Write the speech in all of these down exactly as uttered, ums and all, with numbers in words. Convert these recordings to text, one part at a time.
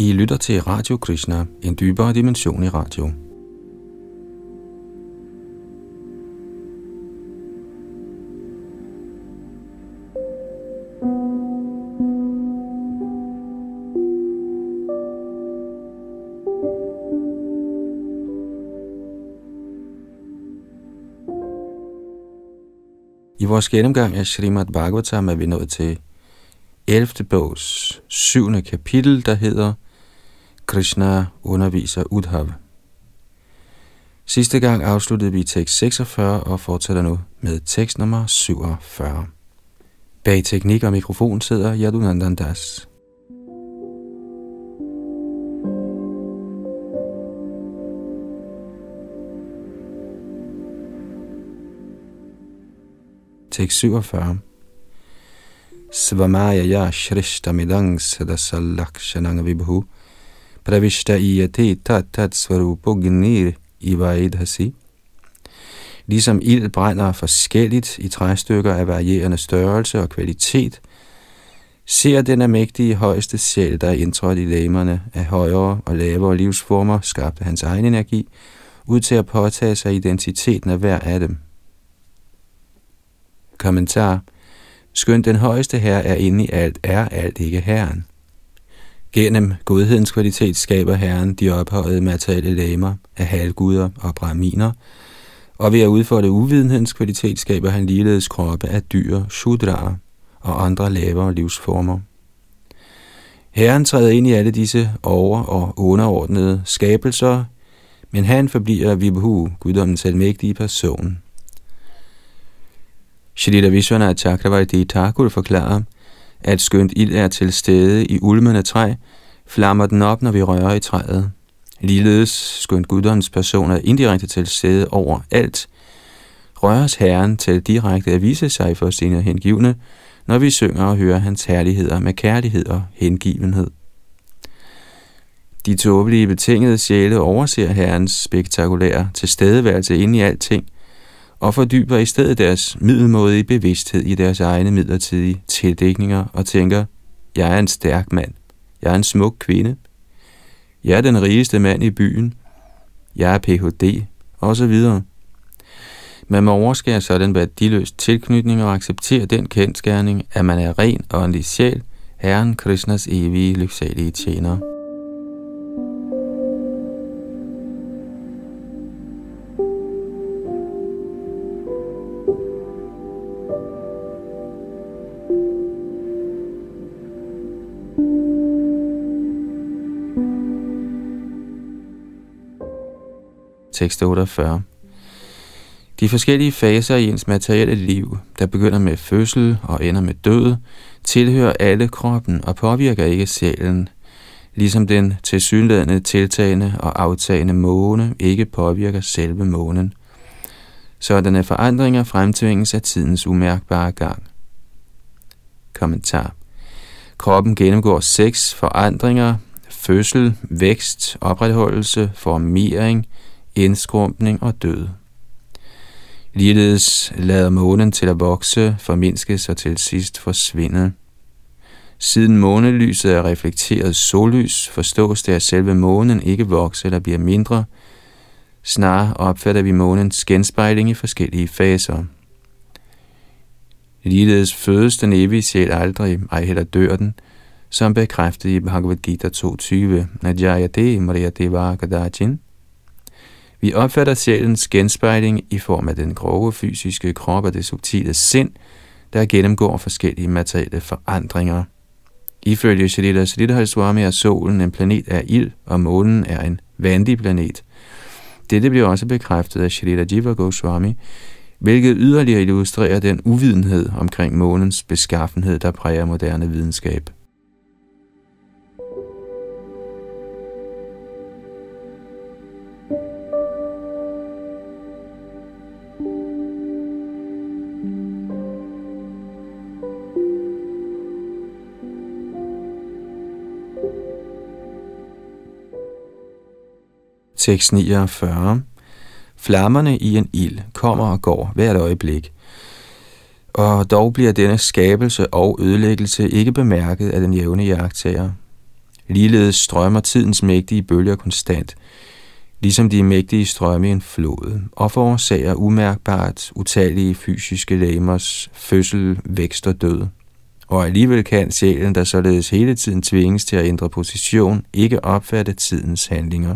I lytter til Radio Krishna, en dybere dimension i radio. I vores gennemgang af Srimad Bhagavatam er vi nået til ellevte bogs syvende kapitel, der hedder Krishna underviser Uddhava. Sidste gang afsluttede vi tekst seksogfyrre og fortsætter nu med tekst nummer syvogfyrre. Bag teknik og mikrofon sidder Yadunandan Das. Tekst syvogfyrre. Svamaya ya shrishta midang sadasalakshanang vibhu pravishta iyate tat tat svarupognir ivaidhasi. Ligesom ild brænder forskelligt i træstykker af varierende størrelse og kvalitet, ser den almægtige højeste sjæl, der er indtrådt i legemerne af højere og lavere livsformer, skabte hans egen energi, ud til at påtage sig identiteten af hver af dem. Kommentar. Skønt den højeste herre er inde i alt, er alt ikke herren. Gennem godhedens kvalitet skaber herren de ophøjede materielle legemer af halvguder og brahminer, og ved at udfordre uvidenhedens kvalitet skaber han ligeledes kroppe af dyr, shudraer og andre lavere livsformer. Herren træder ind i alle disse over- og underordnede skabelser, men han forbliver Vibhu, guddommens almægtige person. Shrita Vishwanath Chakravarti Thakur forklarer, at skønt ild er til stede i ulmende træ, flammer den op, når vi rører i træet. Ligeledes skønt guddommens person er indirekte til stede over alt, røres Herren til direkte at vise sig for sine hengivne, når vi synger og hører hans herligheder med kærlighed og hengivenhed. De tåbelige betingede sjæle overser Herrens spektakulære tilstedeværelse inde i alting, og fordyber i stedet deres middelmådige bevidsthed i deres egne midlertidige tildækninger og tænker, jeg er en stærk mand, jeg er en smuk kvinde, jeg er den rigeste mand i byen, jeg er P H D, og så videre. Man må overskære sådan værdiløs tilknytning og acceptere den kendsgerning, at man er ren åndelig sjæl, Herren Krishnas evige lyksalige tjener. Tekst otteogfyrre. De forskellige faser i ens materielle liv, der begynder med fødsel og ender med død, tilhører alle kroppen og påvirker ikke sjælen, ligesom den tilsyneladende tiltagende og aftagende måne ikke påvirker selve månen. Sådanne forandringer fremtvinges af tidens umærkbare gang. Kommentar. Kroppen gennemgår seks forandringer: fødsel, vækst, opretholdelse, formering, indskrumpning og død. Ligeledes lader månen til at vokse, formindskes og til sidst forsvinde. Siden månelyset er reflekteret sollys, forstås det, at selve månen ikke vokser eller bliver mindre. Snarere opfatter vi månens genspejling i forskellige faser. Ligeledes fødes den evige sjæl aldrig, ej heller dør den, som bekræftet i Bhagavad Gita to tyve, Najayate Mriyateva Kadachin. Vi opfatter sjælens genspejling i form af den grove fysiske krop og det subtile sind, der gennemgår forskellige materielle forandringer. Ifølge Shrita Sridhar Swami er solen en planet af ild, og månen er en vandig planet. Dette bliver også bekræftet af Shrita Jiva Goswami, hvilket yderligere illustrerer den uvidenhed omkring månens beskaffenhed, der præger moderne videnskab. Tekst niogfyrre. Flammerne i en ild kommer og går hvert øjeblik, og dog bliver denne skabelse og ødelæggelse ikke bemærket af den jævne iagttager. Ligeledes strømmer tidens mægtige bølger konstant, ligesom de mægtige strømme i en flod, og forårsager umærkbart utallige fysiske legemers fødsel, vækst og død. Og alligevel kan sjælen, der således hele tiden tvinges til at ændre position, ikke opfatte tidens handlinger.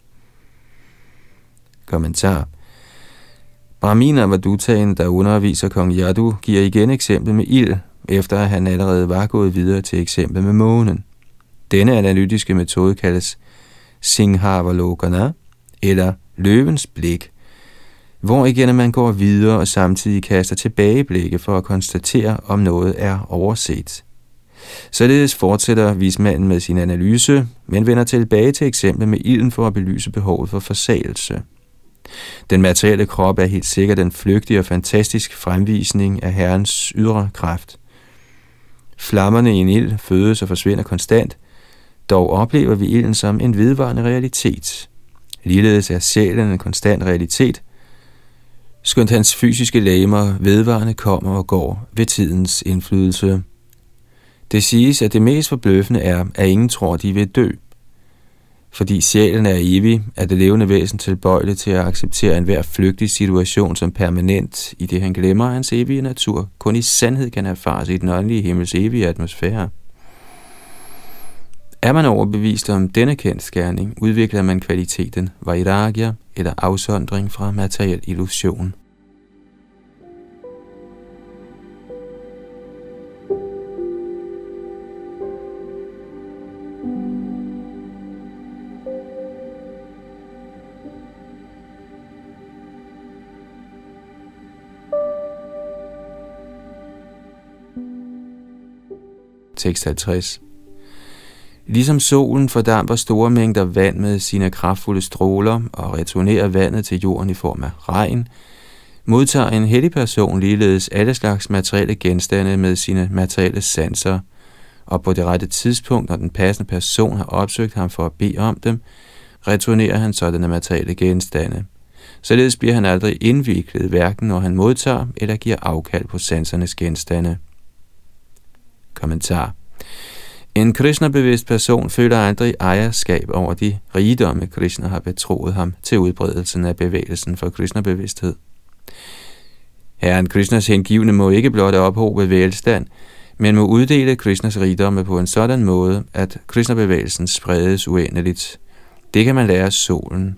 Kommentar. Brahmina Vadutaen, der underviser kong Yadu, giver igen eksempel med ild, efter at han allerede var gået videre til eksempel med månen. Denne analytiske metode kaldes Singhavalokana, eller løvens blik, hvor igen man går videre og samtidig kaster tilbageblikke for at konstatere, om noget er overset. Således fortsætter vismanden med sin analyse, men vender tilbage til eksemplet med ilden for at belyse behovet for forsagelse. Den materielle krop er helt sikkert en flygtig og fantastisk fremvisning af Herrens ydre kraft. Flammerne i en ild fødes og forsvinder konstant, dog oplever vi ilden som en vedvarende realitet. Ligeledes er sjælen en konstant realitet, skønt hans fysiske legemer vedvarende kommer og går ved tidens indflydelse. Det siges, at det mest forbløffende er, at ingen tror, de vil dø. Fordi sjælen er evig, er det levende væsen tilbøjeligt til at acceptere enhver flygtig situation som permanent, i det han glemmer hans evige natur, kun i sandhed kan erfares i den åndelige himmels evige atmosfære. Er man overbevist om denne kendsgerning, udvikler man kvaliteten vairagya, eller afsondring fra materiel illusion. Tekst halvtreds. Ligesom solen fordamper store mængder vand med sine kraftfulde stråler og returnerer vandet til jorden i form af regn, modtager en hellig person ligeledes alle slags materielle genstande med sine materielle sanser, og på det rette tidspunkt, når den passende person har opsøgt ham for at bede om dem, returnerer han sådanne materielle genstande. Således bliver han aldrig indviklet, hverken når han modtager eller giver afkald på sansernes genstande. Kommentar. En Krishna-bevidst person føler aldrig ejerskab over de rigdomme, Krishna har betroet ham til udbredelsen af bevægelsen for Krishna-bevidsthed. Herren Krishnas hengivne må ikke blot ophobe velstand, men må uddele Krishnas rigdomme på en sådan måde, at Krishna-bevægelsen spredes uendeligt. Det kan man lære af solen.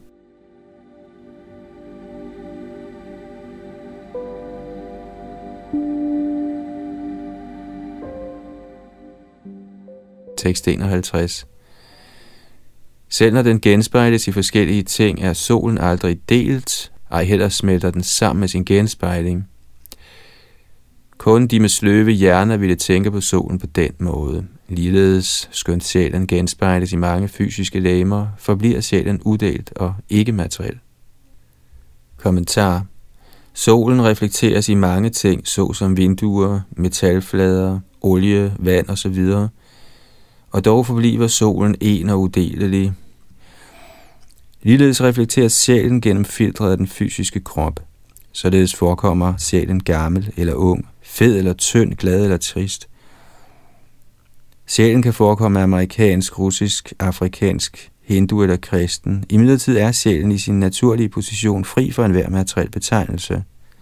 Tekst enoghalvtreds. Selv når den genspejles i forskellige ting, er solen aldrig delt, ej heller smelter den sammen med sin genspejling. Kun de med sløve hjerner ville tænke på solen på den måde. Ligeledes, skønt sjælen genspejles i mange fysiske legemer, forbliver sjælen udelt og ikke materiel. Kommentar. Solen reflekteres i mange ting, såsom vinduer, metalflader, olie, vand osv., og dog forbliver solen en og udelelig. Ligeledes reflekteres sjælen gennem filtret af den fysiske krop. Således forekommer sjælen gammel eller ung, fed eller tynd, glad eller trist. Sjælen kan forekomme amerikansk, russisk, afrikansk, hindu eller kristen. Imidlertid er sjælen i sin naturlige position fri for enhver materiel betegnelse.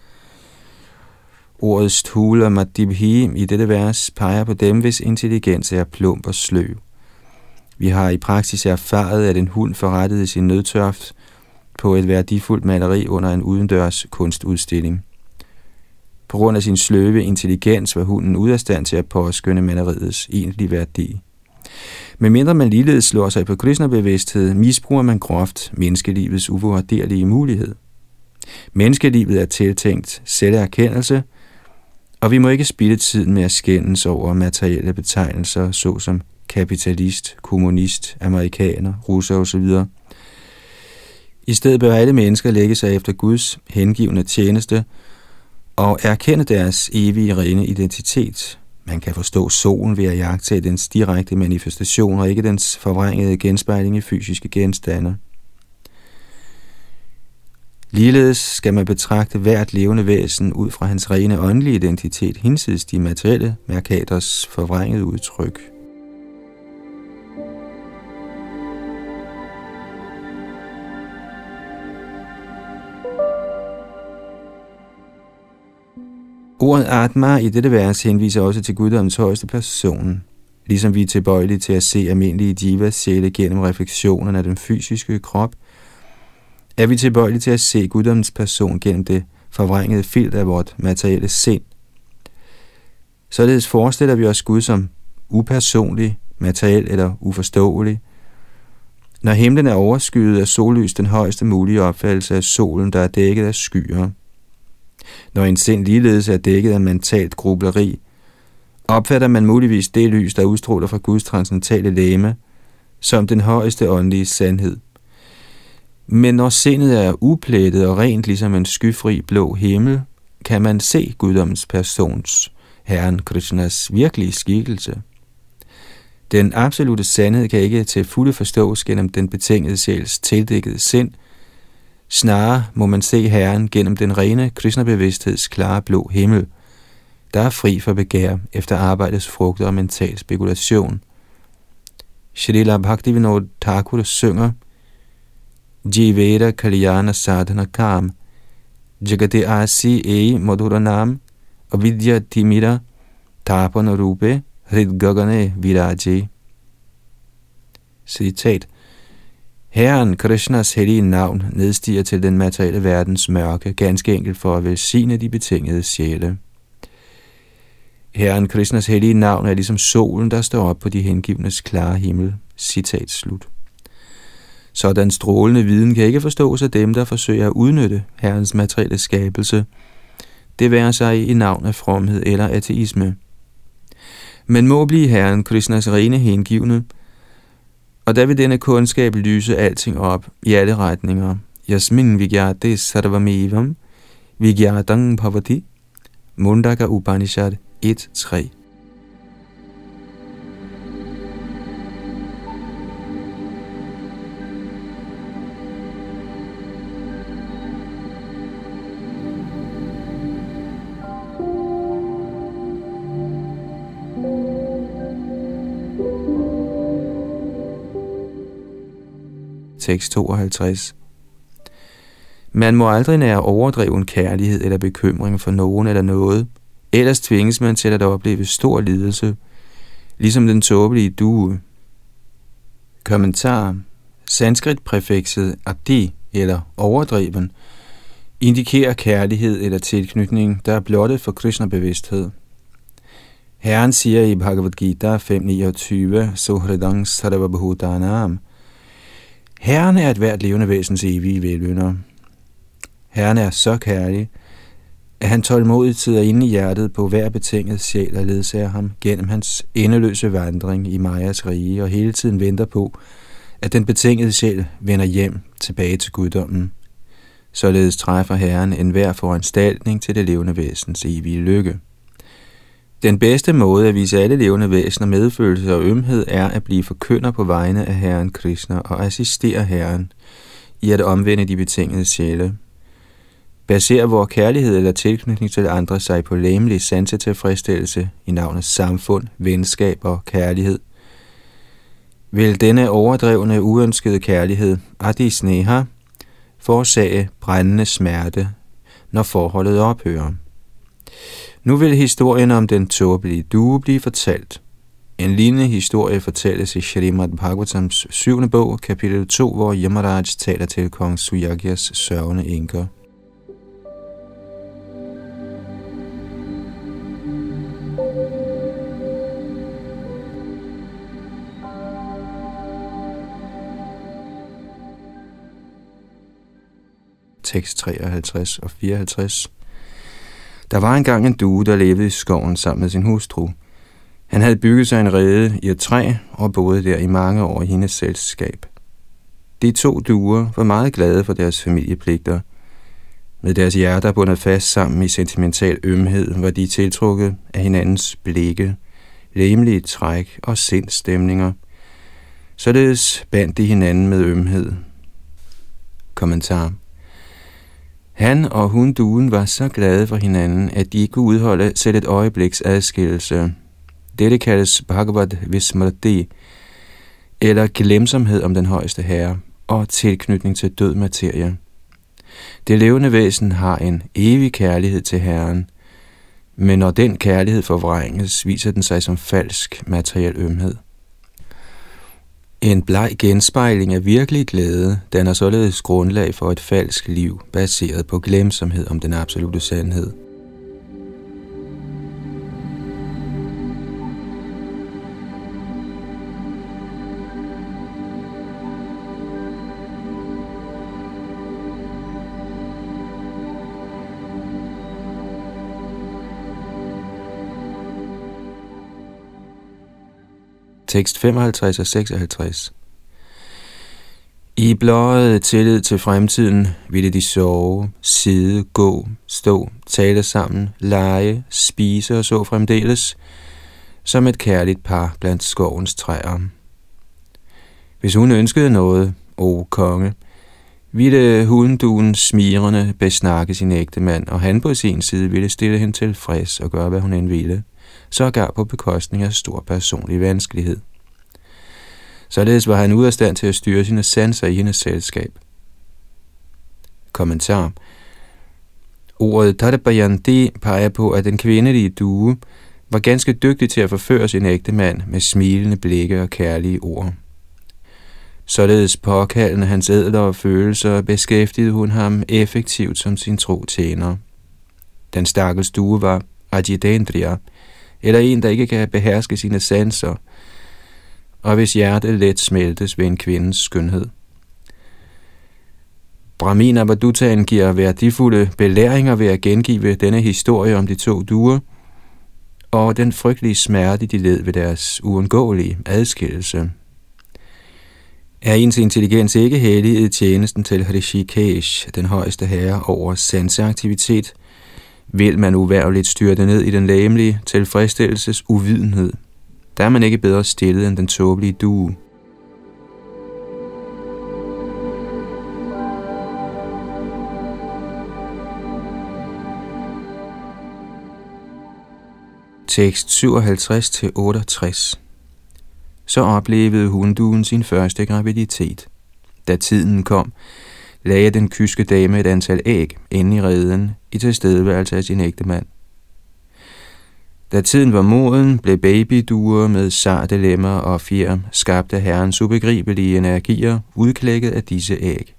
Ordet sthula madibhi i dette vers peger på dem, hvis intelligens er plump og sløv. Vi har i praksis erfaret, at en hund forrettede sin nødtørft på et værdifuldt maleri under en udendørs kunstudstilling. På grund af sin sløve intelligens var hunden ude af stand til at påskønne maleriets egentlige værdi. Men mindre man ligeledes slår sig på Krishna-bevidsthed, misbruger man groft menneskelivets uvurderlige mulighed. Menneskelivet er tiltænkt selverkendelse, og vi må ikke spilde tiden med at skændes over materielle betegnelser, såsom kapitalist, kommunist, amerikaner, russer osv. I stedet bør alle mennesker lægge sig efter Guds hengivne tjeneste og erkende deres evige rene identitet. Man kan forstå solen ved at iagttage dens direkte manifestation og ikke dens forvrængede genspejling i fysiske genstande. Ligeledes skal man betragte hvert levende væsen ud fra hans rene åndelige identitet, hinsides de materielle mærkaters forvrængede udtryk. Ordet Atma i dette vers henviser også til guddommens højeste person. Ligesom vi er tilbøjelige til at se almindelige jivas sjæle gennem refleksionerne af den fysiske krop, er vi tilbøjelige til at se guddommens person gennem det forvrængede filter af vort materielle sind. Således forestiller vi os Gud som upersonlig, materiel eller uforståelig. Når himlen er overskyet af sollys, den højeste mulige opfattelse af solen, der er dækket af skyer. Når en sind ligeledes er dækket af mentalt grubleri, opfatter man muligvis det lys, der udstråler fra Guds transcendentale legeme, som den højeste åndelige sandhed. Men når sindet er uplettet og rent ligesom en skyfri blå himmel, kan man se guddommens persons, Herren Krishnas virkelige skikkelse. Den absolute sandhed kan ikke til fulde forstås gennem den betingede sjæls tildækkede sind. Snarere må man se Herren gennem den rene Krishna-bevidstheds klare blå himmel, der er fri for begær efter arbejdets frugter og mental spekulation. Shrila Bhaktivinoda Thakur synger Jiveda Kalyana Sadhana Kam Jagate Asi E Madhuranam Avidya Timira Tapana Rupe Hridgagane Viraje. Citat. Herren Krishnas hellige navn nedstiger til den materielle verdens mørke, ganske enkelt for at velsigne de betingede sjæle. Herren Krishnas hellige navn er ligesom solen, der står op på de hengivnes klare himmel. Citat slut. Sådan strålende viden kan ikke forstås af dem, der forsøger at udnytte Herrens materielle skabelse, det være sig i navn af fromhed eller ateisme. Men må blive Herren Krishnas rene hengivne, og der vil denne kundskab lyse alting op i alle retninger. Yasmin vigyate sarvamevam vigyatang bhavati. Mundaka Upanishad et tre. Tekst tooghalvtreds. Man må aldrig nære overdreven kærlighed eller bekymring for nogen eller noget, ellers tvinges man til at opleve stor lidelse, ligesom den tåbelige due. Kommentar. Sanskrit-præfikset abdi eller overdreven indikerer kærlighed eller tilknytning, der er blottet for Krishna-bevidsthed. Herren siger i Bhagavad Gita fem niogtyve, Sohridang sarvabhutanam, Herren er et hvert levende væsens evige velønder. Herren er så kærlig, at han tålmodigt sidder inde i hjertet på hver betinget sjæl og ledsager ham gennem hans endeløse vandring i Majas rige og hele tiden venter på, at den betingede sjæl vender hjem tilbage til guddommen. Således træffer Herren enhver foranstaltning til det levende væsens evige lykke. Den bedste måde at vise alle levende væsener medfølelse og ømhed er at blive forkynder på vegne af Herren Krishna og assistere Herren i at omvende de betingede sjæle. Baserer vor kærlighed eller tilknytning til andre sig på legemlig sansetilfredsstillelse i navn af samfund, venskab og kærlighed, vil denne overdrevne uønskede kærlighed, adi sneha, forårsage brændende smerte, når forholdet ophører. Nu vil historien om den tåbelige due blive fortalt. En lignende historie fortælles i Srimad Bhagavatams syvende bog, kapitel to, hvor Yamaraj taler til kong Suyagyas sørgende enker. Tekst treoghalvtreds og fireoghalvtreds. Der var engang en due, der levede i skoven sammen med sin hustru. Han havde bygget sig en rede i et træ og boede der i mange år i hendes selskab. De to duer var meget glade for deres familiepligter. Med deres hjerter bundet fast sammen i sentimental ømhed, var de tiltrukket af hinandens blikke, legemlige træk og sindsstemninger. Således bandt de hinanden med ømhed. Kommentar. Han og hun duen var så glade for hinanden, at de ikke kunne udholde selv et øjebliks adskillelse. Dette kaldes Bhagavad Vismrti, eller glemsomhed om den højeste herre, og tilknytning til død materie. Det levende væsen har en evig kærlighed til Herren, Men når den kærlighed forvrænges, viser den sig som falsk materiel ømhed. En bleg genspejling af virkelig glæde danner således grundlag for et falsk liv, baseret på glemsomhed om den absolute sandhed. Tekst femoghalvtreds og seksoghalvtreds. I blåede tillid til fremtiden ville de sove, sidde, gå, stå, tale sammen, lege, spise og så fremdeles, som et kærligt par blandt skovens træer. Hvis hun ønskede noget, o konge, ville hunduen smirrende besnakke sin ægtemand, og han på sin side ville stille hende tilfreds og gøre, hvad hun end ville, sågar på bekostning af stor personlig vanskelighed. Således var han ude af stand til at styre sine sanser i hendes selskab. Kommentar. Ordet Tadabayanti peger på, at den kvindelige due var ganske dygtig til at forføre sin ægtemand med smilende blikke og kærlige ord. Således påkaldende hans ædlere følelser beskæftigede hun ham effektivt som sin tro tjener. Den stakkels due var Ajitendriya, eller en, der ikke kan beherske sine sanser, og hvis hjertet let smeltes ved en kvindes skønhed. Brahmin Avadutaen giver værdifulde belæringer ved at gengive denne historie om de to duer, og den frygtelige smerte, de led ved deres uundgåelige adskillelse. Er ens intelligens ikke hellig i tjenesten til Hrishikesh, den højeste herre over sanseaktivitet, vil man uværligt styrte ned i den legemlige tilfredsstillelses uvidenhed. Der er man ikke bedre stillet end den tåbelige due. Tekst syvoghalvtreds til otteogtres. Så oplevede hunduen sin første graviditet. Da tiden kom, lagde den kyske dame et antal æg inde i reden i tilstedeværelse af sin ægtemand. Da tiden var moden, blev babyduer med sarte lemmer og fjer, skabt af herrens ubegribelige energier, udklækket af disse æg.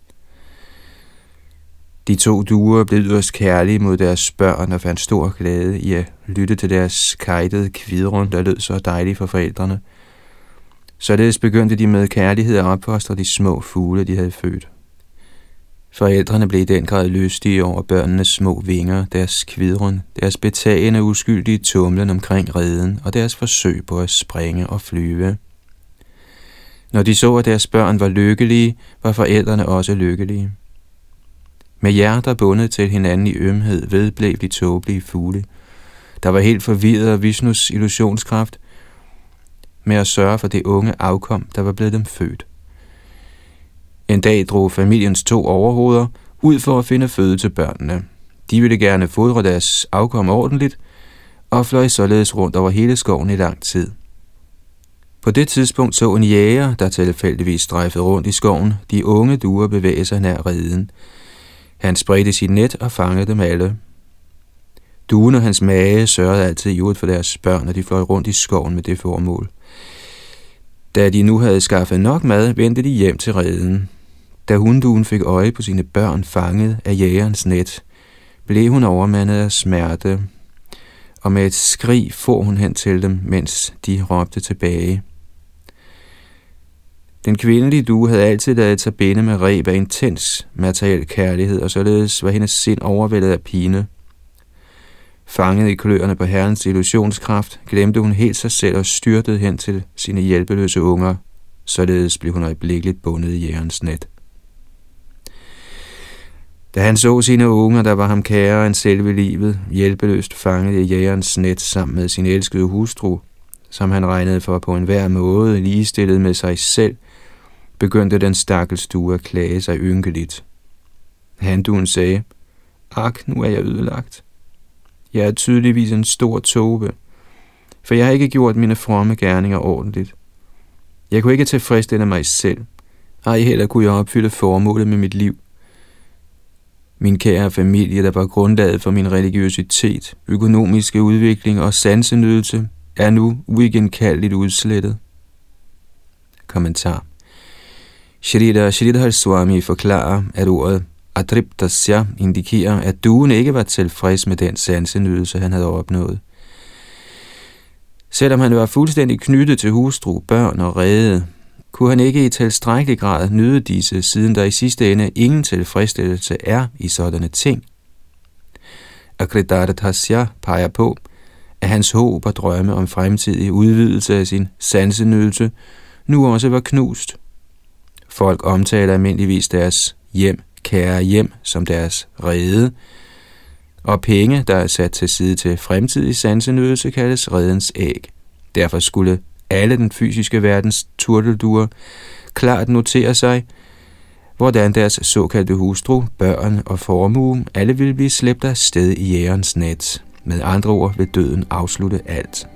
De to duer blev yderst kærlige mod deres børn og fandt stor glæde i at lytte til deres kejtede kvidron, der lød så dejligt for forældrene. Således begyndte de med kærlighed at opfostre de små fugle, de havde født. Forældrene blev i den grad lystige over børnenes små vinger, deres kvidron, deres betagende uskyldige tumlen omkring reden og deres forsøg på at springe og flyve. Når de så, at deres børn var lykkelige, var forældrene også lykkelige. Med hjerter bundet til hinanden i ømhed vedblev de tåbelige fugle, der var helt forvirret af Vishnus illusionskraft, med at sørge for det unge afkom, der var blevet dem født. En dag drog familiens to overhoveder ud for at finde føde til børnene. De ville gerne fodre deres afkom ordentligt, og fløj således rundt over hele skoven i lang tid. På det tidspunkt så en jæger, der tilfældigvis strejfede rundt i skoven, de unge duer bevæge sig nær reden. Han spredte sit net og fangede dem alle. Duen og hans mage sørgede altid ivrigt for deres børn, og de fløj rundt i skoven med det formål. Da de nu havde skaffet nok mad, vendte de hjem til reden. Da hundduen fik øje på sine børn fanget af jægerens net, blev hun overmandet af smerte, og med et skrig for hun hen til dem, mens de råbte tilbage. Den kvindelige due havde altid ladet sig binde med reb af intens materiel kærlighed, og således var hendes sind overvældet af pine. Fanget i kløerne på herrens illusionskraft, glemte hun helt sig selv og styrtede hen til sine hjælpeløse unger. Således blev hun øjeblikkeligt bundet i jægerens net. Da han så sine unger, der var ham kære end selve livet, hjælpeløst fanget i jægerens net sammen med sin elskede hustru, som han regnede for på enhver måde ligestillet med sig selv, begyndte den stakkels due at klage sig ynkeligt. Handuen sagde, ak, nu er jeg ødelagt. Jeg er tydeligvis en stor tåbe, for jeg har ikke gjort mine fromme gerninger ordentligt. Jeg kunne ikke tilfredsstille mig selv, ej heller kunne jeg opfylde formålet med mit liv. Min kære familie, der var grundlaget for min religiøsitet, økonomiske udvikling og sansenydelse, er nu uigenkaldeligt udslettet. Kommentar. Shrita Sridhar Swami forklarer, at ordet adriptasya indikerer, at duen ikke var tilfreds med den sansenydelse, han havde opnået. Selvom han var fuldstændig knyttet til hustru, børn og rede, kunne han ikke i tilstrækkelig grad nyde disse, siden der i sidste ende ingen tilfredsstillelse er i sådanne ting. Akritarthasya peger på, at hans håb og drømme om fremtidig udvidelse af sin sansenydelse nu også var knust. Folk omtaler almindeligvis deres hjem, kære hjem, som deres rede, og penge, der er sat til side til fremtidig sansenydelse, kaldes redens æg. Derfor skulle alle den fysiske verdens turtelduer klart notere sig, hvordan deres såkaldte hustru, børn og formue alle ville blive slæbt af sted i jægerens net. Med andre ord vil døden afslutte alt.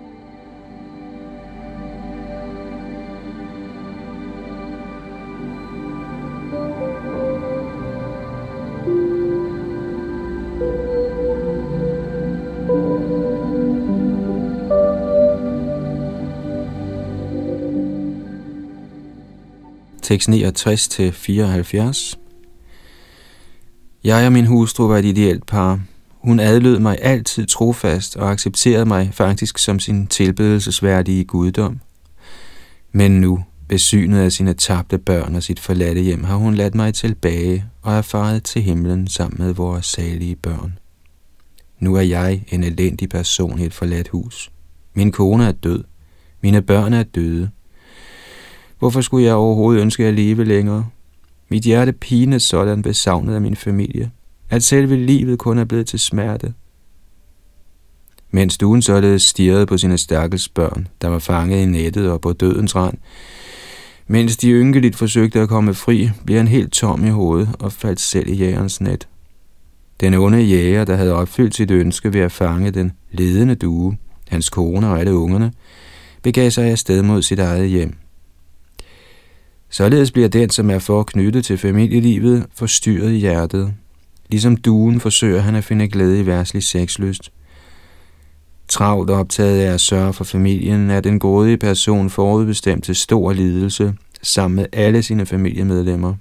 Tekst niogtres til fireoghalvfjerds. Jeg og min hustru var et ideelt par. Hun adlød mig altid trofast og accepterede mig faktisk som sin tilbedelsesværdige guddom. Men nu, besynet af sine tabte børn og sit forladte hjem, har hun ladt mig tilbage og er faret til himlen sammen med vores salige børn. Nu er jeg en elendig person i et forladt hus. Min kone er død. Mine børn er døde. Hvorfor skulle jeg overhovedet ønske at leve længere? Mit hjerte pines sådan besavnet af min familie, at selve livet kun er blevet til smerte. Mens duen således stirrede på sine stakkels børn, der var fanget i nettet og på dødens rand, mens de ynkeligt forsøgte at komme fri, blev han helt tom i hovedet og faldt selv i jægerens net. Den onde jæger, der havde opfyldt sit ønske ved at fange den ledende due, hans kone og alle ungerne, begav sig afsted mod sit eget hjem. Således bliver den, som er for knyttet til familielivet, forstyrret i hjertet. Ligesom duen forsøger han at finde glæde i verdslig sexlyst. Travlt optaget af at sørge for familien, er den grådige person forudbestemt til stor lidelse sammen med alle sine familiemedlemmer.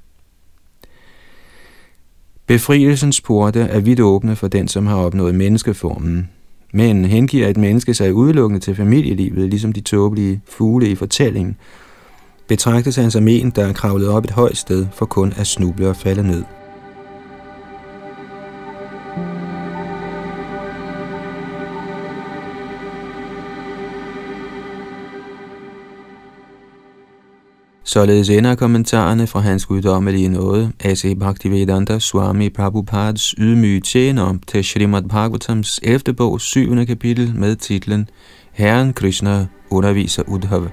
Befrielsens porte er vidt åbne for den, som har opnået menneskeformen. Men hengiver et menneske sig udelukkende til familielivet, ligesom de tåbelige fugle i fortællingen, betragtes han som en, der er kravlet op et højt sted for kun at snuble og falde ned. Således ender kommentarerne fra hans guddommelige nåde, A C Bhaktivedanta Swami Prabhupads ydmyge tjener til Srimad Bhagavatams ellevte bog, syvende kapitel med titlen Herren Krishna underviser Uddhava.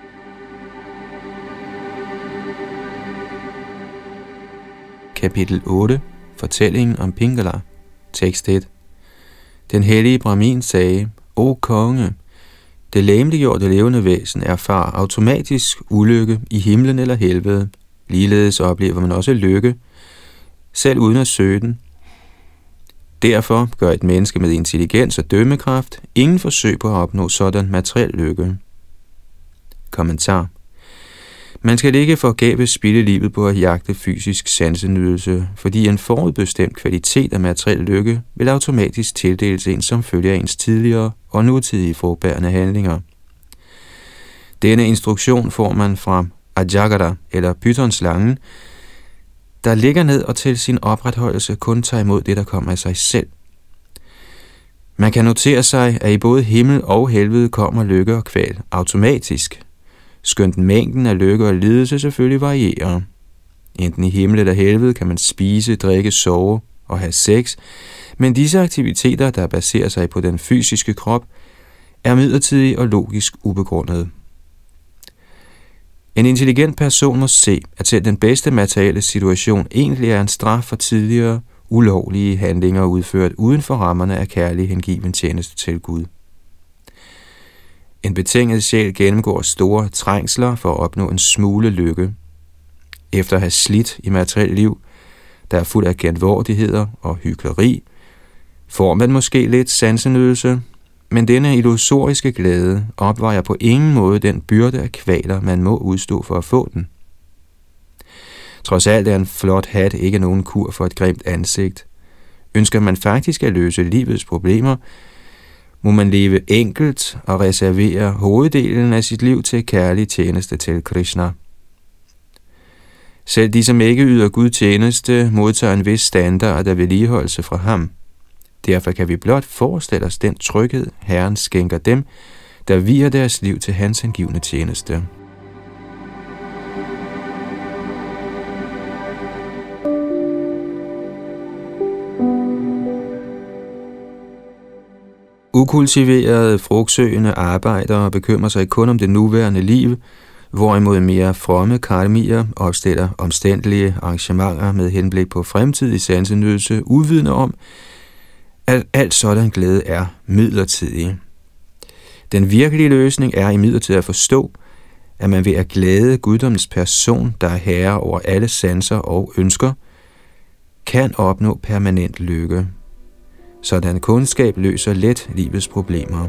Kapitel otte. Fortællingen om Pingala. Tekst et. Den hellige Brahmin sagde: O konge, det legemliggjorte levende væsen erfarer automatisk ulykke i himlen eller helvede. Ligeledes oplever man også lykke, selv uden at søge den. Derfor gør et menneske med intelligens og dømmekraft ingen forsøg på at opnå sådan materiel lykke. Kommentar. Man skal ikke forgæves spilde livet på at jagte fysisk sansenydelse, fordi en forudbestemt kvalitet af materiel lykke vil automatisk tildeles en som følger ens tidligere og nutidige frugtbærende handlinger. Denne instruktion får man fra Ajagata eller pythonslangen, der ligger ned og til sin opretholdelse kun tager imod det, der kommer af sig selv. Man kan notere sig, at i både himmel og helvede kommer lykke og kval automatisk, skønt mængden af lykke og lidelse selvfølgelig varierer. Enten i himmel eller helvede kan man spise, drikke, sove og have sex, men disse aktiviteter, der baserer sig på den fysiske krop, er midlertidige og logisk ubegrundede. En intelligent person må se, at selv den bedste materielle situation egentlig er en straf for tidligere ulovlige handlinger udført uden for rammerne af kærlig hengiven tjeneste til Gud. En betinget sjæl gennemgår store trængsler for at opnå en smule lykke. Efter at have slidt i materielt liv, der er fuld af genvordigheder og hykleri, får man måske lidt sansenydelse, men denne illusoriske glæde opvejer på ingen måde den byrde af kvaler, man må udstå for at få den. Trods alt er en flot hat ikke nogen kur for et grimt ansigt. Ønsker man faktisk at løse livets problemer, må man leve enkelt og reservere hoveddelen af sit liv til kærlig tjeneste til Krishna. Selv de, som ikke yder Gud tjeneste, modtager en vis standard af vedligeholdelse fra ham. Derfor kan vi blot forestille os den tryghed, Herren skænker dem, der viger deres liv til hans hengivne tjeneste. Ukultiverede, frugtsøgende arbejdere bekymrer sig kun om det nuværende liv, hvorimod mere fromme karmier opstiller omstændelige arrangementer med henblik på fremtidig sansenydelse, uvidende om, at alt sådan glæde er midlertidig. Den virkelige løsning er imidlertid at forstå, at man ved at glæde guddommens person, der er herre over alle sanser og ønsker, kan opnå permanent lykke. Sådan kundskab løser let livets problemer.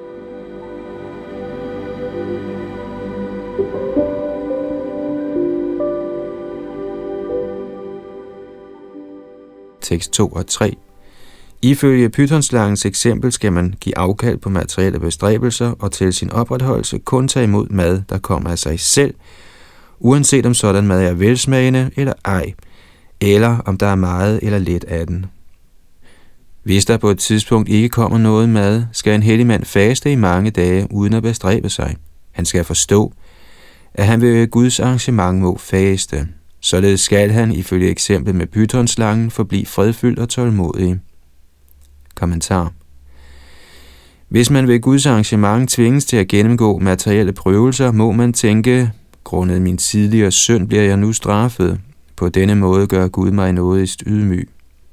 Tekst to og tre. Ifølge pythonslangens eksempel skal man give afkald på materielle bestræbelser og til sin opretholdelse kun tage imod mad, der kommer af sig selv, uanset om sådan mad er velsmagende eller ej, eller om der er meget eller lidt af den. Hvis der på et tidspunkt ikke kommer noget mad, skal en hellig mand faste i mange dage uden at bestræbe sig. Han skal forstå, at han ved Guds arrangement må faste. Således skal han, ifølge eksemplet med pythonslangen, forblive fredfyldt og tålmodig. Kommentar. Hvis man ved Guds arrangement tvinges til at gennemgå materielle prøvelser, må man tænke, grundet min tidligere synd bliver jeg nu straffet. På denne måde gør Gud mig nådigst ydmyg.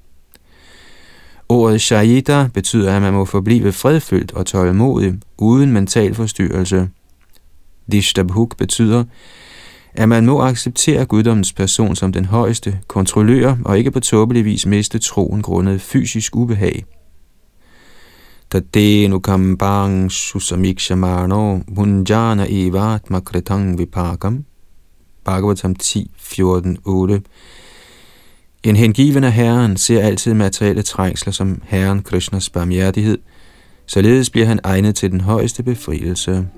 Ordet shayita betyder, at man må forblive fredfyldt og tålmodig, uden mental forstyrrelse. Dishtabhuk betyder, at man må acceptere guddommens person som den højeste kontrollør, og ikke på tåbelig vis miste troen grundet fysisk ubehag. Tadenu kambang susamikshamano munjana evat makretang vipakam. Bhagavatam ti, fjorten, otte. En hengiven af Herren ser altid materielle trængsler som Herren Krishnas barmhjertighed, således bliver han egnet til den højeste befrielse.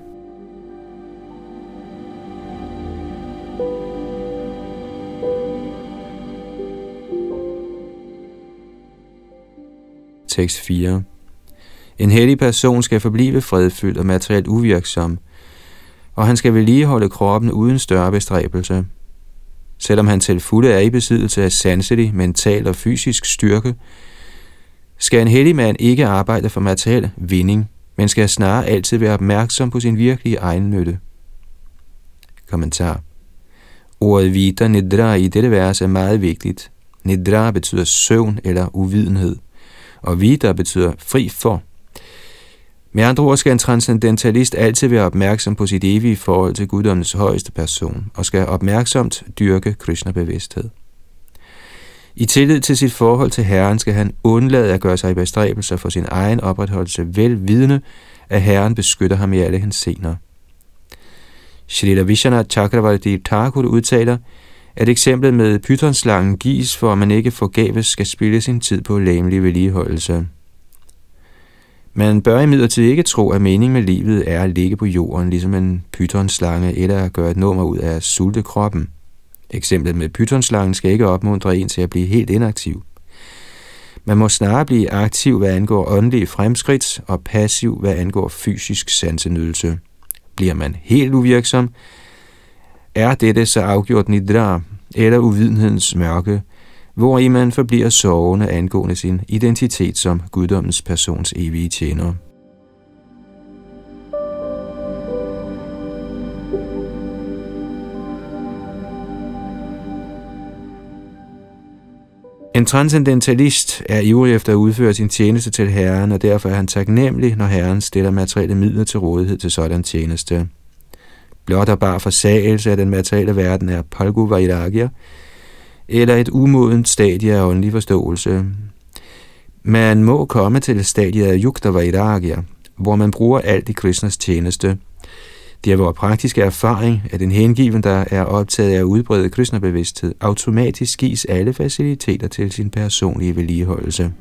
Tekst fire. En hellig person skal forblive fredfyldt og materielt uvirksom, og han skal vedligeholde kroppen uden større bestræbelse. Selvom han til fulde er i besiddelse af sanselig, mental og fysisk styrke, skal en hellig mand ikke arbejde for materiel vinding, men skal snarere altid være opmærksom på sin virkelige egen nytte. Kommentar. Ordet vita nidra i dette vers er meget vigtigt. Nidra betyder søvn eller uvidenhed, og vita betyder fri for. Med andre ord skal en transcendentalist altid være opmærksom på sit evige forhold til guddommens højeste person, og skal opmærksomt dyrke Krishna-bevidsthed. I tillid til sit forhold til Herren skal han undlade at gøre sig i bestræbelser for sin egen opretholdelse, vel vidende, at Herren beskytter ham i alle henseender. Shrila Vishwanath Chakravarti Thakur udtaler, at eksemplet med pythonslangen gives, for at man ikke forgæves skal spilde sin tid på legemlig vedligeholdelse. Man bør imidlertid ikke tro, at meningen med livet er at ligge på jorden, ligesom en pythonslange, eller at gøre et nummer ud af at sulte kroppen. Eksemplet med pythonslangen skal ikke opmuntre en til at blive helt inaktiv. Man må snarere blive aktiv, hvad angår åndelige fremskridt, og passiv, hvad angår fysisk sansenydelse. Bliver man helt uvirksom, er dette så afgjort nidra, eller uvidenhedens mørke, hvori man forbliver sovende angående sin identitet som guddommens persons evige tjener. En transcendentalist er ivrig efter at udføre sin tjeneste til Herren, og derfor er han taknemmelig, når Herren stiller materielle midler til rådighed til sådan tjeneste. Blot og bare forsagelse af den materielle verden er palgu vairagya, eller et umodent stadie af åndelig forståelse. Man må komme til stadiet af Yukta Vairagya, hvor man bruger alt i Krishnas tjeneste. Det er vores praktiske erfaring, at en hengiven, der er optaget af at udbrede Krishna-bevidsthed, automatisk gives alle faciliteter til sin personlige vedligeholdelse.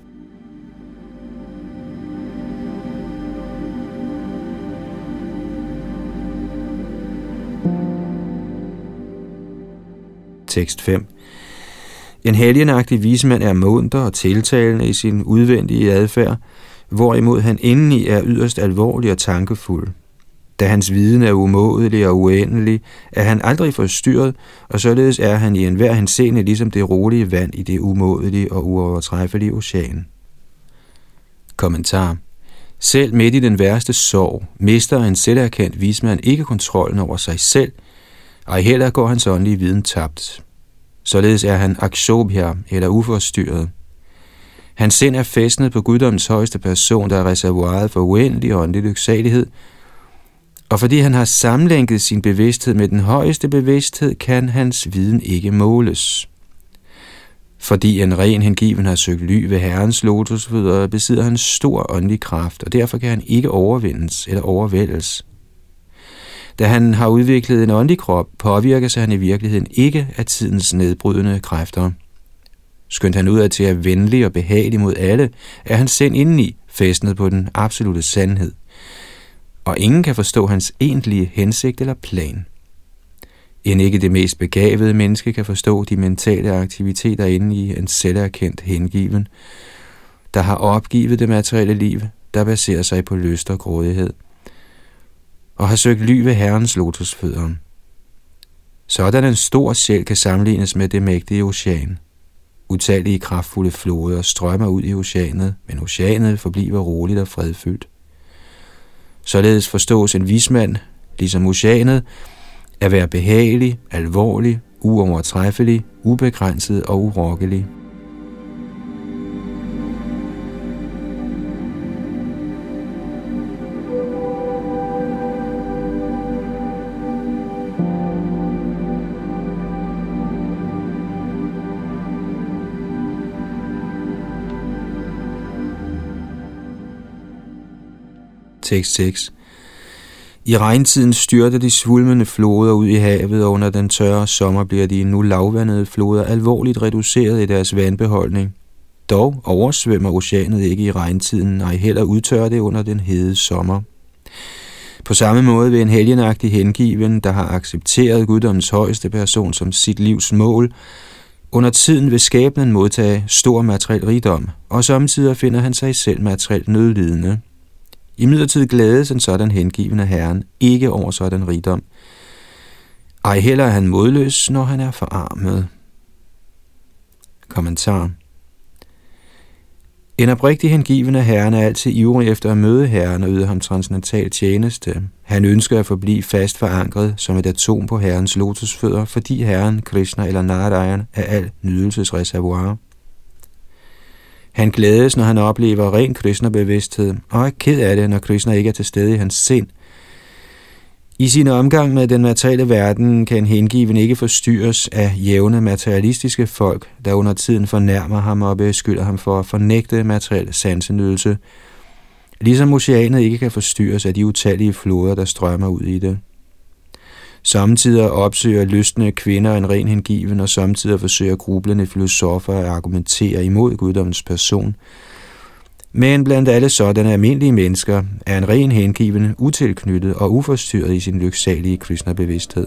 Tekst fem. En helgenagtig vismand er munter og tiltalende i sin udvendige adfærd, hvorimod han indeni er yderst alvorlig og tankefuld. Da hans viden er umådelig og uendelig, er han aldrig forstyrret, og således er han i enhver henseende ligesom det rolige vand i det umådelige og uovertræffelige ocean. Kommentar. Selv midt i den værste sorg mister en selverkendt vismand ikke kontrollen over sig selv, og heller går hans åndelige viden tabt. Således er han akshobhya, eller uforstyrret. Hans sind er fæstnet på guddommens højeste person, der er reservoiret for uendelig åndelig lyksalighed, og fordi han har sammenlænket sin bevidsthed med den højeste bevidsthed, kan hans viden ikke måles. Fordi en ren hengiven har søgt ly ved Herrens lotusfødder, besidder han stor åndelig kraft, og derfor kan han ikke overvindes eller overvældes. Da han har udviklet en åndelig krop, påvirker sig han i virkeligheden ikke af tidens nedbrydende kræfter. Skønt han udad til at venlig og behagelig mod alle, er hans sind indeni fæstnet på den absolute sandhed, og ingen kan forstå hans egentlige hensigt eller plan. End ikke det mest begavede menneske kan forstå de mentale aktiviteter inde i en selverkendt hengiven, der har opgivet det materielle liv, der baserer sig på lyst og grådighed, og har søgt ly ved Herrens lotusfødder. Sådan en stor sjæl kan sammenlignes med det mægtige ocean. Utallige kraftfulde floder strømmer ud i oceanet, men oceanet forbliver roligt og fredfyldt. Således forstås en vismand, ligesom oceanet, at være behagelig, alvorlig, uovertræffelig, ubegrænset og urokkelig. Tekst seks. I regntiden styrter de svulmende floder ud i havet, og under den tørre sommer bliver de nu lavvandede floder alvorligt reduceret i deres vandbeholdning. Dog oversvømmer oceanet ikke i regntiden, og heller udtørrer det under den hede sommer. På samme måde vil en helgenagtig hengiven, der har accepteret guddommens højeste person som sit livs mål, under tiden vil skæbnen modtage stor materiel rigdom, og samtidig finder han sig selv materielt nødlidende. I midlertid glædes en sådan hengiven af Herren ikke over sådan rigdom. Ej heller er han modløs, når han er forarmet. Kommentar. En oprigtig hengiven af Herren er altid ivrig efter at møde Herren og yde ham transcendental tjeneste. Han ønsker at forblive fast forankret som et atom på Herrens lotusfødder, fordi Herren, Krishna eller Narayan er al nydelsesreservoir. Han glædes, når han oplever ren Krishna-bevidsthed, og er ked af det, når Krishna ikke er til stede i hans sind. I sin omgang med den materielle verden kan en hengiven ikke forstyrres af jævne materialistiske folk, der under tiden fornærmer ham og beskylder ham for at fornægte materiel sansenydelse, ligesom oceanet ikke kan forstyrres af de utallige floder, der strømmer ud i det. Samtidig opsøger lystne kvinder en ren hengiven, og samtidig forsøger grublende filosofer at argumentere imod guddommens person. Men blandt alle sådanne almindelige mennesker er en ren hengiven utilknyttet og uforstyrret i sin lyksalige Krishna-bevidsthed.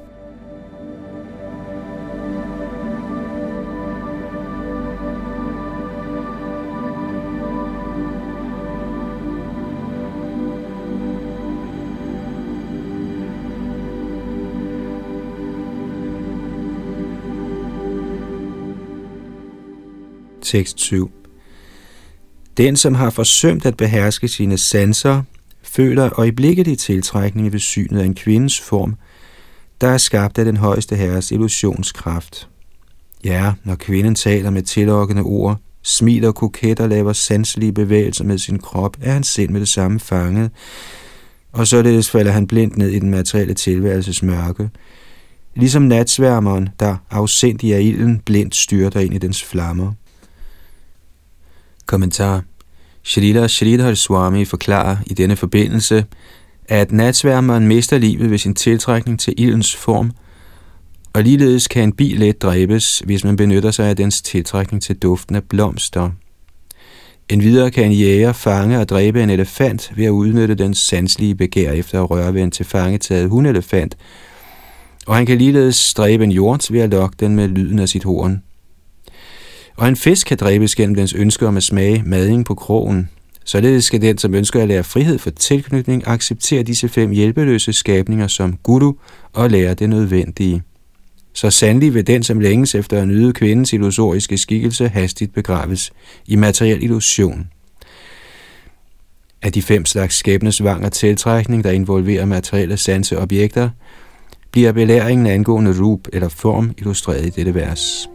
Tekst syv. Den, som har forsømt at beherske sine sanser, føler øjeblikkelig tiltrækning ved synet af en kvindes form, der er skabt af den højeste herres illusionskraft. Ja, når kvinden taler med tillokkende ord, smiler koket og laver sanselige bevægelser med sin krop, er hans sind med det samme fanget, og således falder han blindt ned i den materielle tilværelses mørke. ligesom natsværmeren, der afsindig af ilden blindt styrter ind i dens flammer. Kommentar. Shrila Sridhar Swami forklarer i denne forbindelse, at natsværmeren mister livet ved sin tiltrækning til ildens form, og ligeledes kan en bi let dræbes, hvis man benytter sig af dens tiltrækning til duften af blomster. Endvidere kan en jæger fange og dræbe en elefant ved at udnytte dens sanselige begær efter at røre ved en tilfangetaget hunelefant, og han kan ligeledes dræbe en hjort ved at lokke den med lyden af sit horn. Og en fisk kan dræbes gennem dens ønsker om at smage mading på krogen. Således skal den, som ønsker at lære frihed for tilknytning, acceptere disse fem hjælpeløse skabninger som guru og lære det nødvendige. Så sandelig vil den, som længes efter at nyde kvindens illusoriske skikkelse, hastigt begraves i materiel illusion. Af de fem slags skæbnesvang og tiltrækning, der involverer materielle sanseobjekter, bliver belæringen angående rup eller form illustreret i dette vers.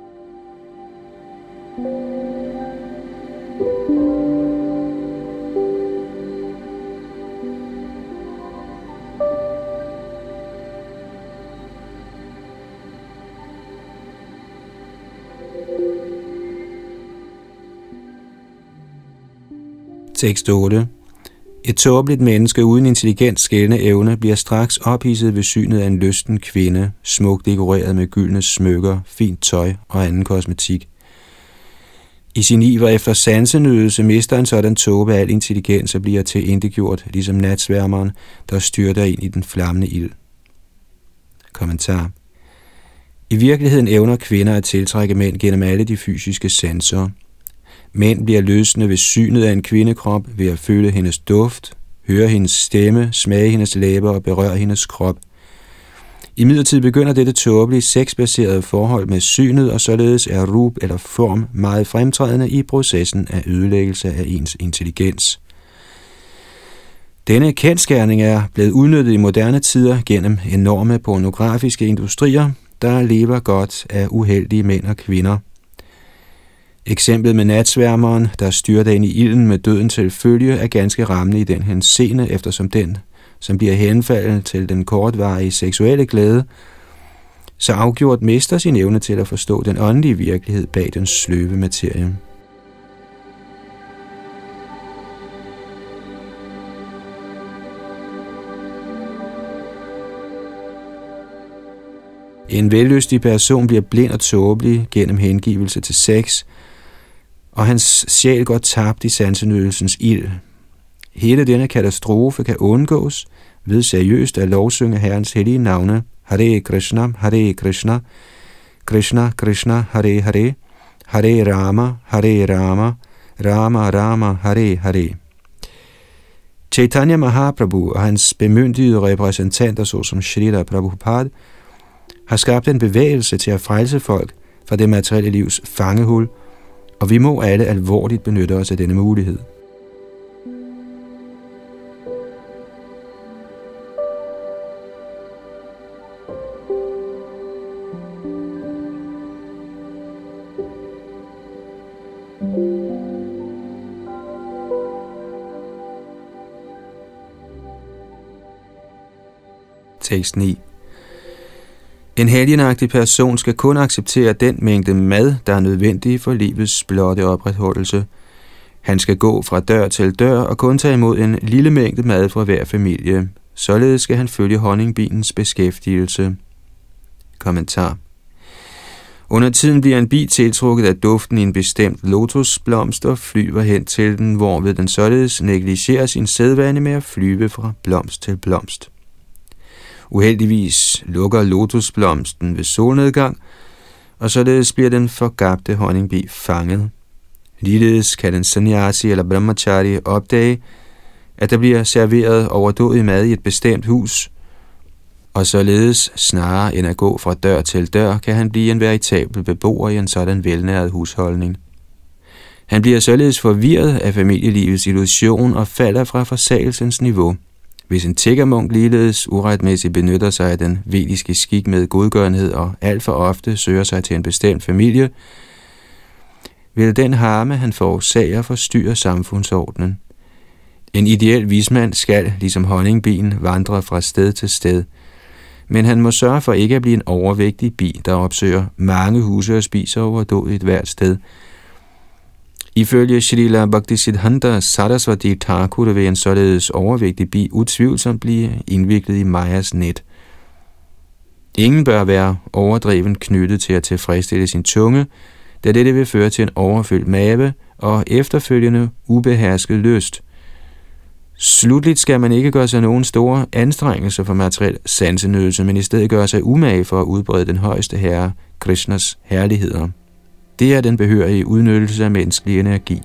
Tekst otte. Et tåbeligt menneske uden intelligent skælne evne bliver straks ophidset ved synet af en lysten kvinde, smukt dekoreret med gyldne smykker, fint tøj og anden kosmetik. I sin iver efter sansenydelse mister en sådan tåbe al intelligens og bliver tilintetgjort, ligesom natsværmeren, der styrter ind i den flammende ild. Kommentar. I virkeligheden evner kvinder at tiltrække mænd gennem alle de fysiske sanser. Mænd bliver løsende ved synet af en kvindekrop ved at føle hendes duft, høre hendes stemme, smage hendes læber og berøre hendes krop. Imidlertid begynder dette tåbelige sexbaserede forhold med synet, og således er rup eller form meget fremtrædende i processen af ødelæggelse af ens intelligens. Denne kendsgerning er blevet udnyttet i moderne tider gennem enorme pornografiske industrier, der lever godt af uheldige mænd og kvinder. Eksemplet med natsværmeren, der styrter ind i ilden med døden til følge, er ganske rammende i den henseende, eftersom den, som bliver henfaldet til den kortvarige seksuelle glæde, så afgjort mister sin evne til at forstå den åndelige virkelighed bag den sløve materie. En vellystig person bliver blind og tåbelig gennem hengivelse til sex, og hans sjæl går tabt i sansenydelsens ild. Hele denne katastrofe kan undgås ved seriøst at lovsynge Herrens hellige navne, Hare Krishna, Hare Krishna, Krishna Krishna, Hare Hare, Hare Rama, Hare Rama, Rama Rama, Hare Hare. Chaitanya Mahaprabhu og hans bemyndigede repræsentanter, såsom Shrila Prabhupada, har skabt en bevægelse til at frelse folk fra det materielle livs fangehul, og vi må alle alvorligt benytte os af denne mulighed. Tekst ni. En helgenagtig person skal kun acceptere den mængde mad, der er nødvendig for livets blotte opretholdelse. Han skal gå fra dør til dør og kun tage imod en lille mængde mad fra hver familie. Således skal han følge honningbinens beskæftigelse. Kommentar. Under tiden bliver en bi tiltrukket af duften i en bestemt lotusblomst og flyver hen til den, hvorved den således negligerer sin sædvane med at flyve fra blomst til blomst. Uheldigvis lukker lotusblomsten ved solnedgang, og således bliver den forgabte honningbi fanget. Ligeledes kan den sannyasi eller brahmachari opdage, at der bliver serveret overdådig mad i et bestemt hus, og således snarere end at gå fra dør til dør, kan han blive en veritabel beboer i en sådan velnæret husholdning. Han bliver således forvirret af familielivets illusion og falder fra forsagelsens niveau. Hvis en tiggermunk ligeledes uretmæssigt benytter sig af den vediske skik med godgørenhed og alt for ofte søger sig til en bestemt familie, vil den harme, han forårsager, forstyrre samfundsordenen. En ideel vismand skal, ligesom honningbien, vandre fra sted til sted, Men han må sørge for ikke at blive en overvægtig bi, der opsøger mange huse og spiser overdådigt hvert sted. Ifølge Shrila Bhaktisiddhanta Saraswati Thakur vil en således overvægtig bi utvivlsomt blive indviklet i Mayas net. Ingen bør være overdreven knyttet til at tilfredsstille sin tunge, da dette vil føre til en overfyldt mave og efterfølgende ubehersket lyst. Slutligt skal man ikke gøre sig nogen store anstrengelser for materiel sansenydelse, men i stedet gøre sig umage for at udbrede den højeste herre, Krishnas herligheder. Det er den behørige udnyttelse af menneskelig energi.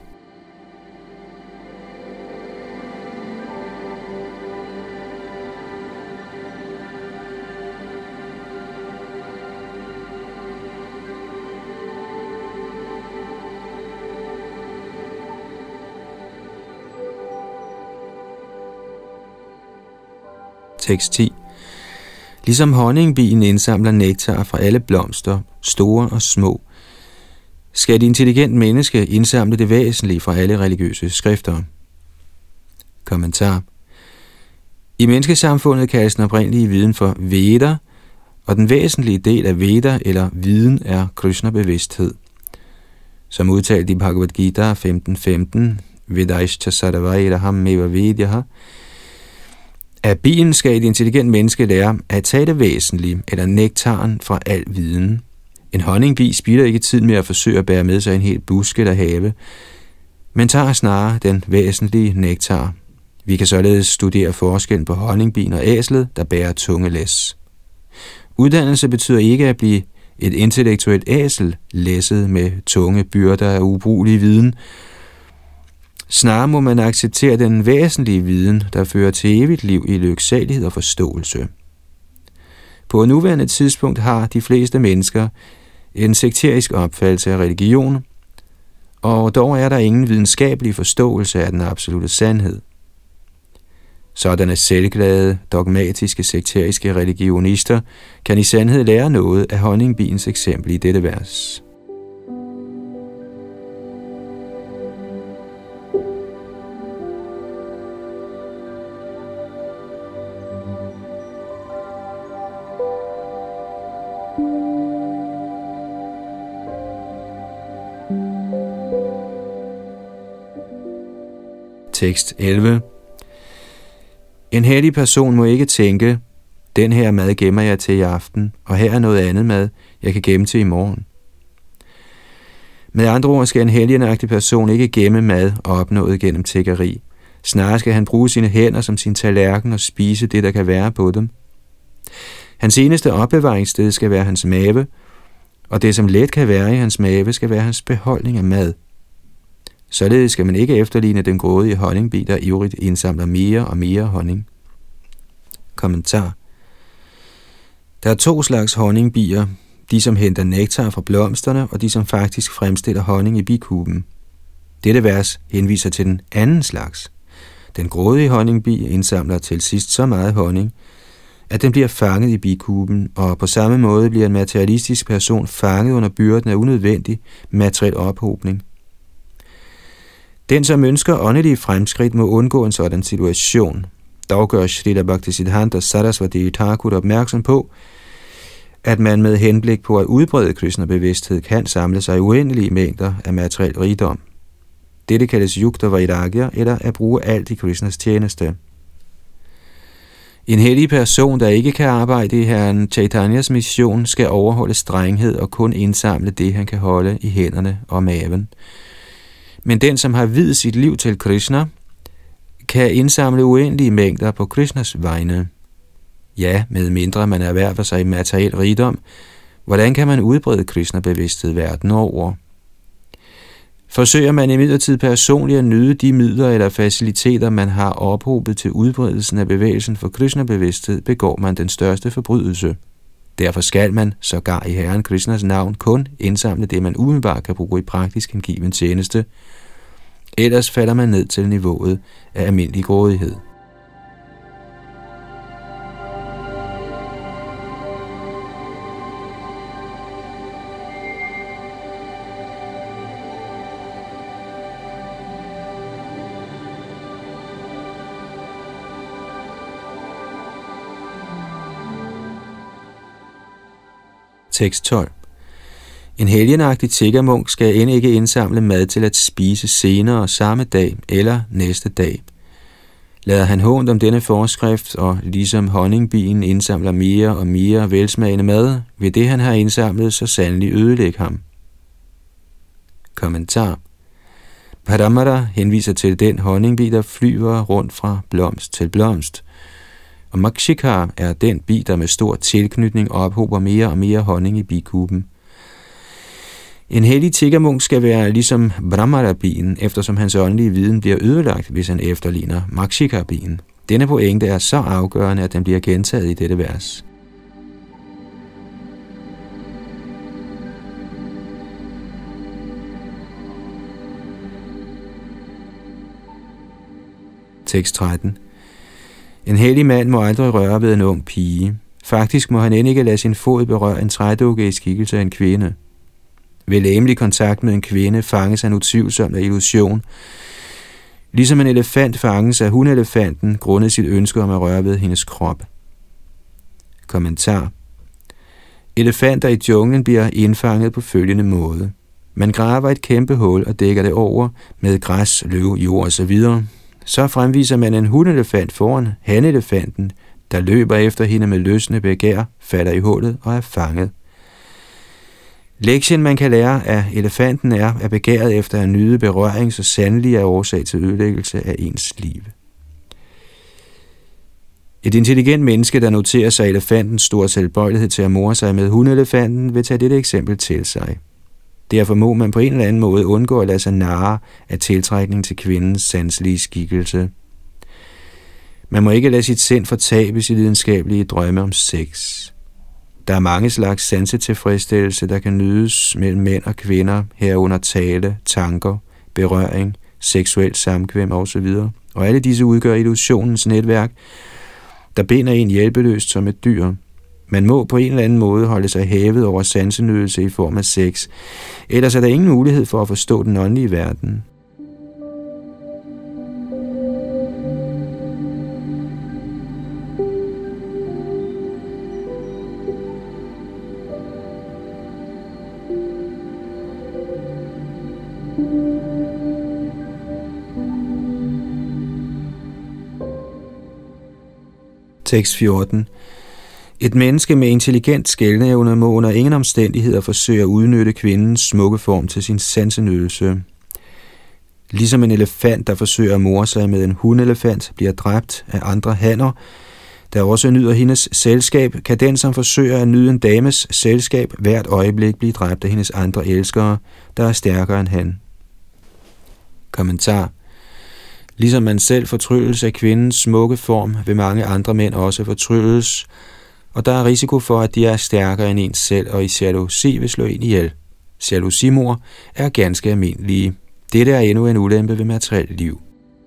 Tekst ti. Ligesom honningbien indsamler nektar fra alle blomster, store og små, skal et intelligent menneske indsamle det væsentlige fra alle religiøse skrifter. Kommentar. I menneskesamfundet kaldes den oprindelige viden for Veda, og den væsentlige del af Veda eller viden er Krishna-bevidsthed. Som udtalt i Bhagavad Gita femten femten, Vedaishcha sarvairaham meva vedyaha, af bien skal et intelligent menneske lære at tage det væsentlige, eller nektaren fra al viden. En honningbi spilder ikke tid med at forsøge at bære med sig en hel busk eller have, men tager snarere den væsentlige nektar. Vi kan således studere forskellen på honningbien og æslet, der bærer tunge læs. Uddannelse betyder ikke at blive et intellektuelt æsel, læsset med tunge byrder af ubrugelig viden. Snarere må man acceptere den væsentlige viden, der fører til evigt liv i lyksalighed og forståelse. På nuværende tidspunkt har de fleste mennesker en sekterisk opfattelse af religion, og dog er der ingen videnskabelig forståelse af den absolute sandhed. Sådanne selvglade, dogmatiske, sekteriske religionister kan i sandhed lære noget af honningbiens eksempel i dette vers. Tekst elleve. En hellig person må ikke tænke, den her mad gemmer jeg til i aften, og her er noget andet mad, jeg kan gemme til i morgen. Med andre ord skal en helgenagtig person ikke gemme mad opnået gennem tiggeri. Snarere skal han bruge sine hænder som sin tallerken og spise det, der kan være på dem. Hans eneste opbevaringssted skal være hans mave, og det, som let kan være i hans mave, skal være hans beholdning af mad. Således skal man ikke efterligne den grådige honningbi, der ivrigt indsamler mere og mere honning. Kommentar. Der er to slags honningbier, de som henter nektar fra blomsterne, og de som faktisk fremstiller honning i bikuben. Dette vers henviser til den anden slags. Den grådige honningbi indsamler til sidst så meget honning, at den bliver fanget i bikuben, og på samme måde bliver en materialistisk person fanget under byrden af unødvendig materiel ophobning. Den, som ønsker åndelige fremskridt, må undgå en sådan situation. Dog gør Shrila Bhaktisiddhanta Saraswati Thakur opmærksom på, at man med henblik på at udbrede Krishna-bevidsthed kan samle sig uendelige mængder af materiel rigdom. Dette kaldes yukta vairagya, eller at bruge alt i Krishnas tjeneste. En hellig person, der ikke kan arbejde i herren Chaitanyas mission, skal overholde strenghed og kun indsamle det, han kan holde i hænderne og maven. Men den, som har viet sit liv til Krishna, kan indsamle uendelige mængder på Krishnas vegne. Ja, med mindre man erhverver sig i materiel rigdom, hvordan kan man udbrede Krishna-bevidsthed verden over? Forsøger man imidlertid personligt at nyde de midler eller faciliteter, man har ophobet til udbredelsen af bevægelsen for Krishna-bevidsthed, begår man den største forbrydelse. Derfor skal man, sågar i Herren Krishnas navn, kun indsamle det, man umiddelbart kan bruge i praktisk hengiven tjeneste. Ellers falder man ned til niveauet af almindelig grådighed. Tekst tolv. En helgenagtig tiggermunk skal end ikke indsamle mad til at spise senere samme dag eller næste dag. Lader han hånd om denne forskrift, og ligesom honningbien indsamler mere og mere velsmagende mad, vil det han har indsamlet så sandelig ødelægge ham. Kommentar. Padamara henviser til den honningbi, der flyver rundt fra blomst til blomst, og Makshika er den bi, der med stor tilknytning ophober mere og mere honning i bikuben. En hellig tiggermunk skal være ligesom Brahmara-bien, eftersom hans åndelige viden bliver ødelagt, hvis han efterligner Makshika-bien. Denne pointe er så afgørende, at den bliver gentaget i dette vers. Tekst tretten. En hellig mand må aldrig røre ved en ung pige. Faktisk må han end ikke lade sin fod berøre en trædukke i skikkelse af en kvinde. Ved legemlig kontakt med en kvinde fanges han utvivlsomt af illusion, ligesom en elefant fanges af hundelefanten grundet sit ønske om at røre ved hendes krop. Kommentar. Elefanter i junglen bliver indfanget på følgende måde. Man graver et kæmpe hul og dækker det over med græs, løv, jord osv. Så fremviser man en hundelefant foran hanelefanten, der løber efter hende med løsne begær, falder i hullet og er fanget. Lektien, man kan lære af elefanten, er, at begæret efter at nyde berøring så sandelig er årsag til ødelæggelse af ens liv. Et intelligent menneske, der noterer sig elefantens store tilbøjelighed til at more sig med hunelefanten, vil tage dette eksempel til sig. Derfor må man på en eller anden måde undgå at lade sig narre af tiltrækning til kvindens sanselige skikkelse. Man må ikke lade sit sind fortabes i lidenskabelige drømme om sex. Der er mange slags sansetilfredsstillelse, der kan nydes mellem mænd og kvinder, herunder tale, tanker, berøring, seksuelt samkvem osv. Og alle disse udgør illusionens netværk, der binder en hjælpeløst som et dyr. Man må på en eller anden måde holde sig hævet over sansenydelse i form af sex, ellers er der ingen mulighed for at forstå den åndelige verden. Tekst fjorten. Et menneske med intelligent skelneevne må under ingen omstændigheder forsøge at udnytte kvindens smukke form til sin sansenydelse. Ligesom en elefant, der forsøger at more sig med en hundelefant, bliver dræbt af andre hanner, der også nyder hendes selskab, kan den, som forsøger at nyde en dames selskab, hvert øjeblik blive dræbt af hendes andre elskere, der er stærkere end han. Kommentar. Ligesom man selv fortrylles af kvindens smukke form, vil mange andre mænd også fortrylles, og der er risiko for, at de er stærkere end ens selv, og i jalousi vil slå en ihjel. Jalousimord er ganske almindelige. Dette er endnu en ulempe ved materielt liv.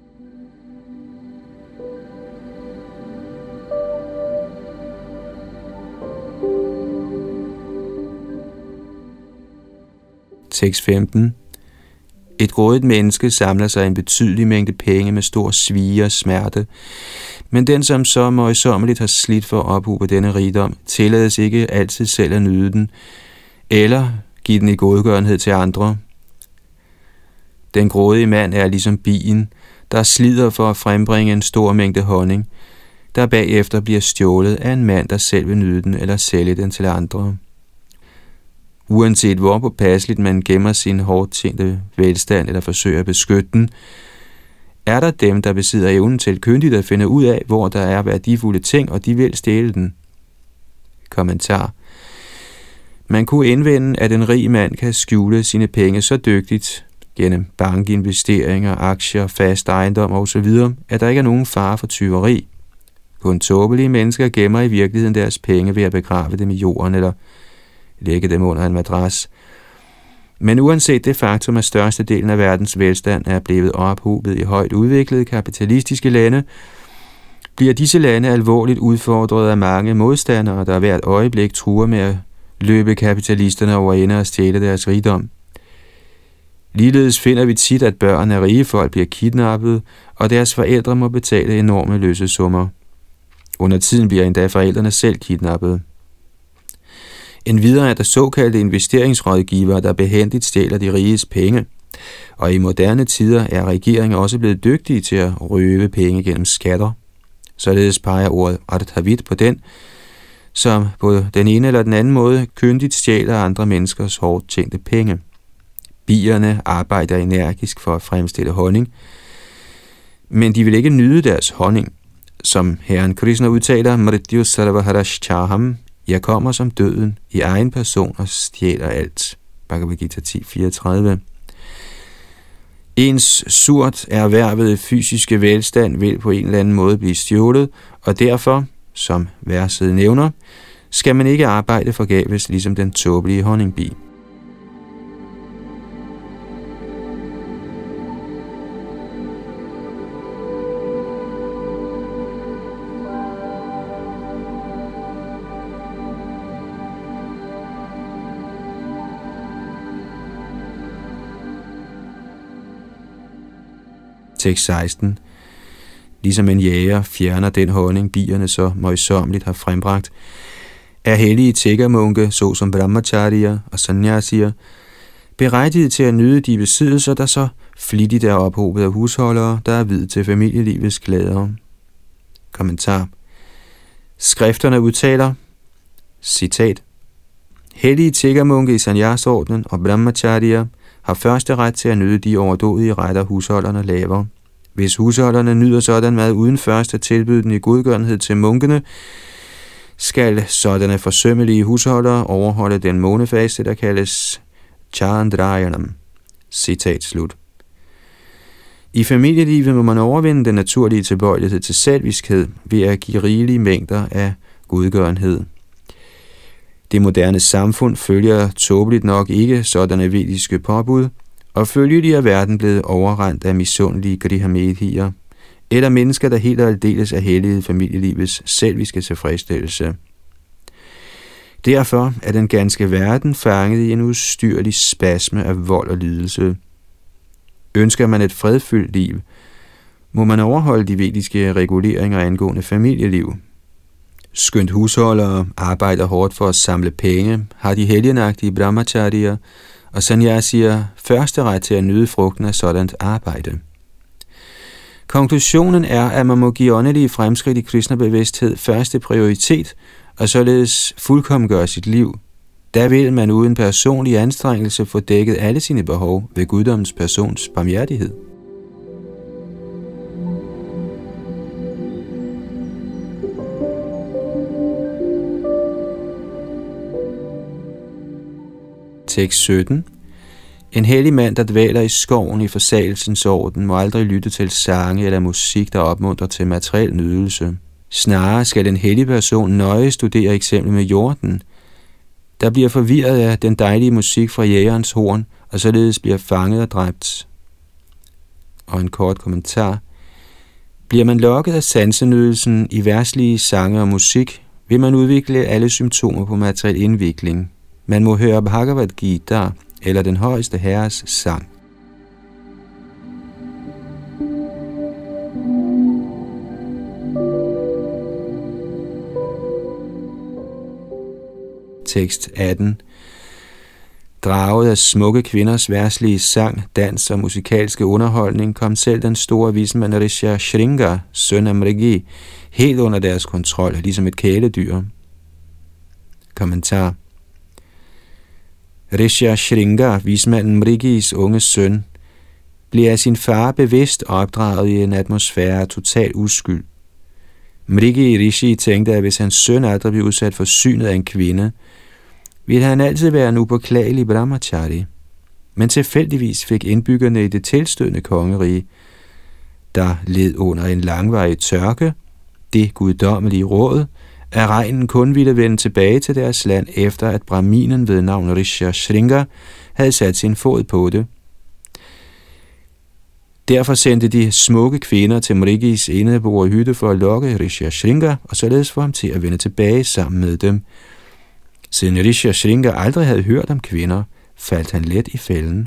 Tekst femten. Et grådigt menneske samler sig en betydelig mængde penge med stor svie og smerte, men den, som så møjsommeligt har slidt for at ophobe denne rigdom, tillades ikke altid selv at nyde den, eller give den i godgørenhed til andre. Den grådige mand er ligesom bien, der slider for at frembringe en stor mængde honning, der bagefter bliver stjålet af en mand, der selv vil nyde den eller sælge den til andre. Uanset hvor påpasseligt man gemmer sin hårdt tjente velstand eller forsøger at beskytte den, er der dem, der besidder evnen til kyndigt at finde ud af, hvor der er værdifulde ting, og de vil stjæle den. Kommentar. Man kunne indvende, at en rig mand kan skjule sine penge så dygtigt gennem bankinvesteringer, aktier, fast ejendom osv., at der ikke er nogen fare for tyveri. Kun tåbelige mennesker gemmer i virkeligheden deres penge ved at begrave dem i jorden eller lægge dem under en madras. Men uanset det faktum, at størstedelen af verdens velstand er blevet ophobet i højt udviklede kapitalistiske lande, bliver disse lande alvorligt udfordret af mange modstandere, der hvert øjeblik truer med at løbe kapitalisterne over ende og stjæle deres rigdom. Ligeledes finder vi tit, at børn af rige folk bliver kidnappet, og deres forældre må betale enorme løsesummer. Under tiden bliver endda forældrene selv kidnappet. Endvidere er der såkaldte investeringsrådgivere, der behændigt stjæler de riges penge. Og i moderne tider er regeringen også blevet dygtige til at røve penge gennem skatter. Således peger ordet Arthavit på den, som på den ene eller den anden måde kyndigt stjæler andre menneskers hårdt tjente penge. Bierne arbejder energisk for at fremstille honning, men de vil ikke nyde deres honning. Som herren Krishna udtaler, Mrityu Sarvaharaschaham, jeg kommer som døden i egen person og stjæler alt. Bhagavad Gita ti fireogtredive. Ens surt erhvervede fysiske velstand vil på en eller anden måde blive stjålet, og derfor, som verset nævner, skal man ikke arbejde forgæves ligesom den tåbelige honningbi. Tekst seksten. Ligesom en jæger fjerner den honning, bierne så møjsommeligt har frembragt, er hellige tiggermunke, såsom brahmacharya og sannyasier, berettiget til at nyde de besiddelser, der så flittigt er ophobet af husholdere, der er viet til familielivets glæder. Kommentar. Skrifterne udtaler, citat, hellige tiggermunke i sannyasordenen og brahmacharya har første ret til at nyde de overdådige retter, husholderne laver. Hvis husholderne nyder sådan mad uden først at tilbyde den i godgørenhed til munkene, skal sådanne forsømmelige husholdere overholde den månefaste, der kaldes Chandrayanam. Citat slut. I familielivet må man overvinde den naturlige tilbøjelighed til selviskhed ved at give rigelige mængder af godgørenhed. Det moderne samfund følger tåbeligt nok ikke sådanne vediske påbud, og følgelig er verden blevet overrendt af misundelige grihamedier, eller mennesker, der helt og aldeles er hellige familielivets selviske tilfredsstillelse. Derfor er den ganske verden fanget i en ustyrlig spasme af vold og lidelse. Ønsker man et fredfyldt liv, må man overholde de vediske reguleringer angående familieliv. Skønt husholdere arbejder hårdt for at samle penge, har de helgenagtige brahmacharyer og sannyasier første ret til at nyde frugten af sådant arbejde. Konklusionen er, at man må give åndelige fremskridt i Krishna-bevidsthed første prioritet, og således fuldkommen gøre sit liv. Der vil man uden personlig anstrengelse få dækket alle sine behov ved guddommens persons barmhjertighed. Tekst sytten. En hellig mand, der dvæler i skoven i forsagelsens orden, må aldrig lytte til sange eller musik, der opmuntrer til materiel nydelse. Snarere skal en hellig person nøje studere eksempel med jorden, der bliver forvirret af den dejlige musik fra jægerens horn, og således bliver fanget og dræbt. Og en kort kommentar. Bliver man lokket af sansenydelsen i verslige sange og musik, vil man udvikle alle symptomer på materiel indvikling. Man må høre Bhagavad Gita eller den højeste herres sang. Tekst atten. Draget af smukke kvinders verslige sang, dans og musikalske underholdning kom selv den store vismand Risha Shringa, søn af Mrigi, helt under deres kontrol, ligesom et kæledyr. Kommentar. Risha Shringa, vismanden Mrigis unge søn, blev af sin far bevidst opdraget i en atmosfære af total uskyld. Mrigi Rishi tænkte, at hvis hans søn aldrig blev udsat for synet af en kvinde, ville han altid være en upåklagelig brahmachari. Men tilfældigvis fik indbyggerne i det tilstødende kongerige, der led under en langvarig tørke, det guddommelige råd, at regnen kun ville vende tilbage til deres land, efter at brahminen ved navn Risha Shringa havde sat sin fod på det. Derfor sendte de smukke kvinder til Mrigis eneboer hytte for at lokke Risha Shringa, og således få ham til at vende tilbage sammen med dem. Siden Risha Shringa aldrig havde hørt om kvinder, faldt han let i fælden.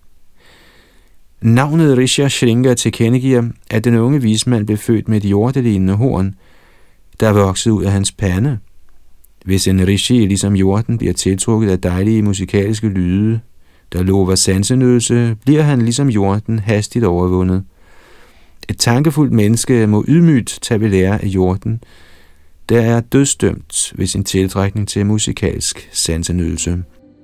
Navnet Risha Shringa tilkendegiver, at den unge vismand blev født med et hjortelignende horn, der voksede ud af hans pande. Hvis en rishi ligesom jorden bliver tiltrukket af dejlige musikalske lyde, der lover sansenydelse, bliver han ligesom jorden hastigt overvundet. Et tankefuldt menneske må ydmygt tage ved lære af jorden, der er dødsdømt ved sin tiltrækning til musikalsk sansenydelse.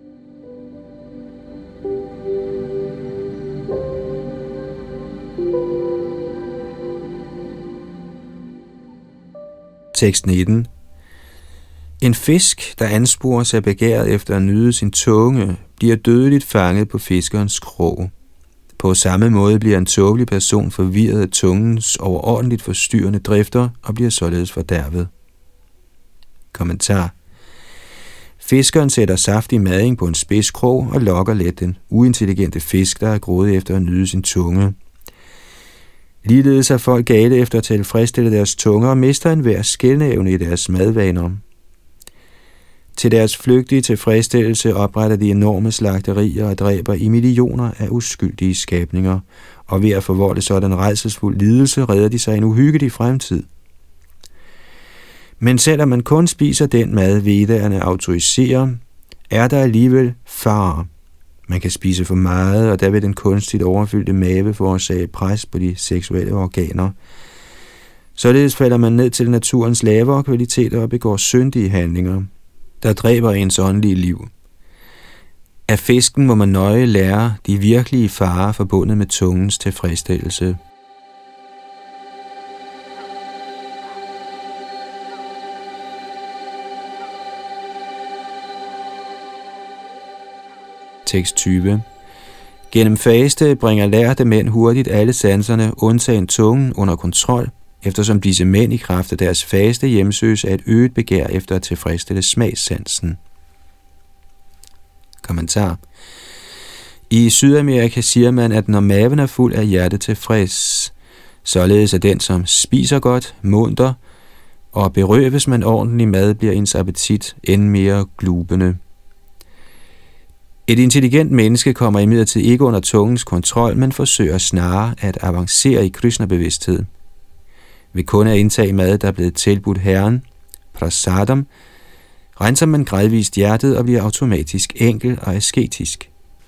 Tekst nitten. En fisk, der ansporer sig begæret efter at nyde sin tunge, bliver dødeligt fanget på fiskerens krog. På samme måde bliver en tåbelig person forvirret af tungens overordentligt forstyrrende drifter og bliver således fordærvet. Kommentar. Fiskeren sætter saftig mading på en spids krog og lokker let den uintelligente fisk, der er gået efter at nyde sin tunge. Ligeledes er folk gale efter at tilfredsstille deres tunger og mister enhver skelneevne i deres madvaner. Til deres flygtige tilfredsstillelse opretter de enorme slagterier og dræber i millioner af uskyldige skabninger, og ved at forvolde sådan rædselsfuld lidelse redder de sig en uhyggelig fremtid. Men selvom man kun spiser den mad, vedderne autoriserer, er der alligevel fare. Man kan spise for meget, og der vil den kunstigt overfyldte mave forårsage pres på de seksuelle organer. Således falder man ned til naturens lavere kvaliteter og begår syndige handlinger, der dræber ens åndelige liv. Af fisken må man nøje lære de virkelige farer forbundet med tungens tilfredsstillelse. Tekst tyve. Gennem faste bringer lærte mænd hurtigt alle sanserne, undtagen tungen, under kontrol, eftersom disse mænd i kraft af deres faste hjemsøges af et øget begær efter at tilfredsstille smagssansen. Kommentar. I Sydamerika siger man, at når maven er fuld af hjertet tilfreds, således er den, som spiser godt, munter, og berøves man ordentlig mad, bliver ens appetit end mere glubende. Et intelligent menneske kommer imidlertid ikke under tungens kontrol, men forsøger snarere at avancere i Krishna-bevidsthed. Ved kun at indtage mad, der er blevet tilbudt Herren, prasadam, renser man gradvist hjertet og bliver automatisk enkel og asketisk.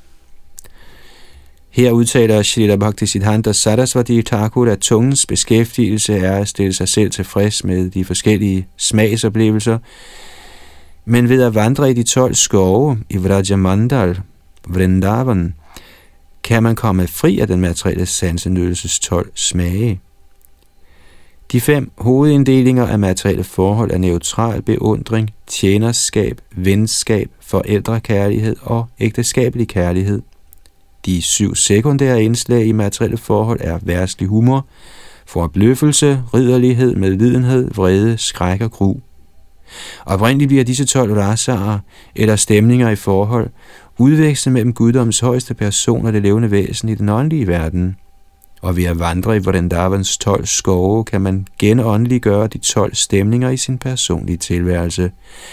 Her udtaler Shrila Bhaktisiddhanta Sarasvati Thakur, at tungens beskæftigelse er at stille sig selv tilfreds med de forskellige smagsoplevelser, men ved at vandre i de tolv skove i Vrajamandal, Vrindavan, kan man komme fri af den materielle sansenydelsens tolv smage. De fem hovedinddelinger af materielle forhold er neutral beundring, tjenerskab, venskab, forældrekærlighed og ægteskabelig kærlighed. De syv sekundære indslag i materielle forhold er verdslig humor, forbløffelse, ridderlighed, medlidenhed, vrede, skræk og gru. Oprindeligt bliver disse tolv rasaer, eller stemninger i forhold, udvekslet mellem guddoms højeste person og det levende væsen i den åndelige verden. Og ved at vandre i Vrindavans tolv skove, kan man genåndeliggøre de tolv stemninger i sin personlige tilværelse.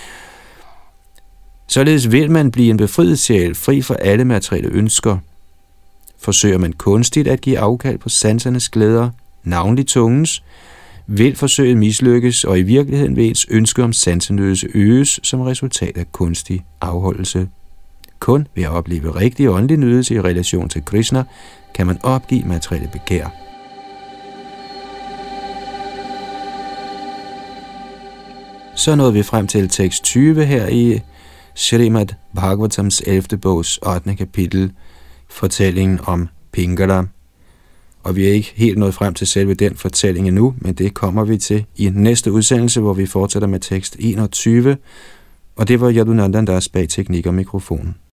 Således vil man blive en befriet sjæl, fri for alle materielle ønsker. Forsøger man kunstigt at give afkald på sansernes glæder, navnlig tungens, vil forsøget mislykkes, og i virkeligheden vil ens ønske om sansenydelse øges som resultat af kunstig afholdelse. Kun ved at opleve rigtig åndelig nydelse i relation til Krishna, kan man opgive materielle begær. Så nåede vi frem til tekst tyve her i Srimad Bhagavatams ellevte bogs ottende kapitel, fortællingen om Pingala. Og vi er ikke helt nået frem til selve den fortælling endnu, men det kommer vi til i næste udsendelse, hvor vi fortsætter med tekst enogtyve, og det var Yadunandan, der er bag teknik og mikrofon.